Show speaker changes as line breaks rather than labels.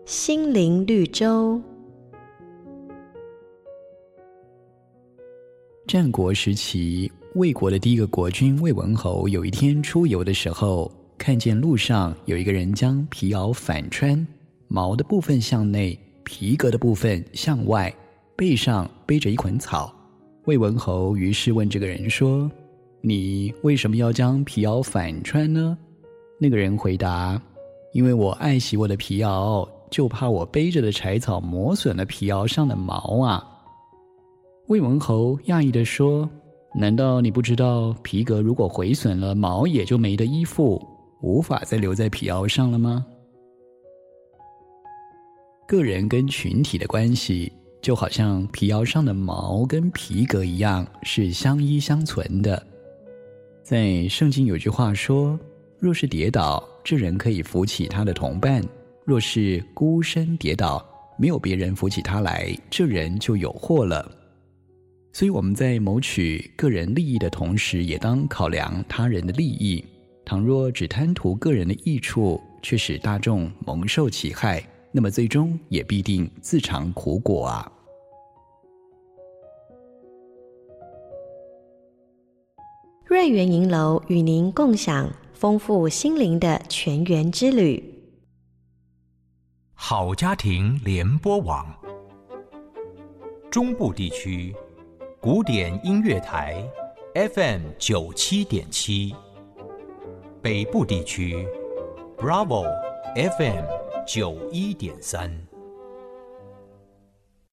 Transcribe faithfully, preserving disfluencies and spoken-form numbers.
心灵绿洲。
战国时期，魏国的第一个国君魏文侯有一天出游的时候，看见路上有一个人将皮袄反穿，毛的部分向内，皮革的部分向外，背上背着一捆草。魏文侯于是问这个人说：你为什么要将皮袄反穿呢？那个人回答：因为我爱惜我的皮袄，就怕我背着的柴草磨损了皮袄上的毛啊。魏文侯讶异地说：难道你不知道皮革如果毁损了，毛也就没得依附，无法再留在皮袄上了吗？个人跟群体的关系，就好像皮袄上的毛跟皮革一样，是相依相存的。在圣经有句话说：若是跌倒，这人可以扶起他的同伴；若是孤身跌倒，没有别人扶起他来，这人就有祸了。所以我们在谋取个人利益的同时，也当考量他人的利益。倘若只贪图个人的益处，却使大众蒙受其害，那么最终也必定自尝苦果啊。
瑞园银楼与您共享丰富心灵的全员之旅。
好家庭联播网，中部地区古典音乐台 F M 九七点七，北部地区 Bravo F M 九一点三。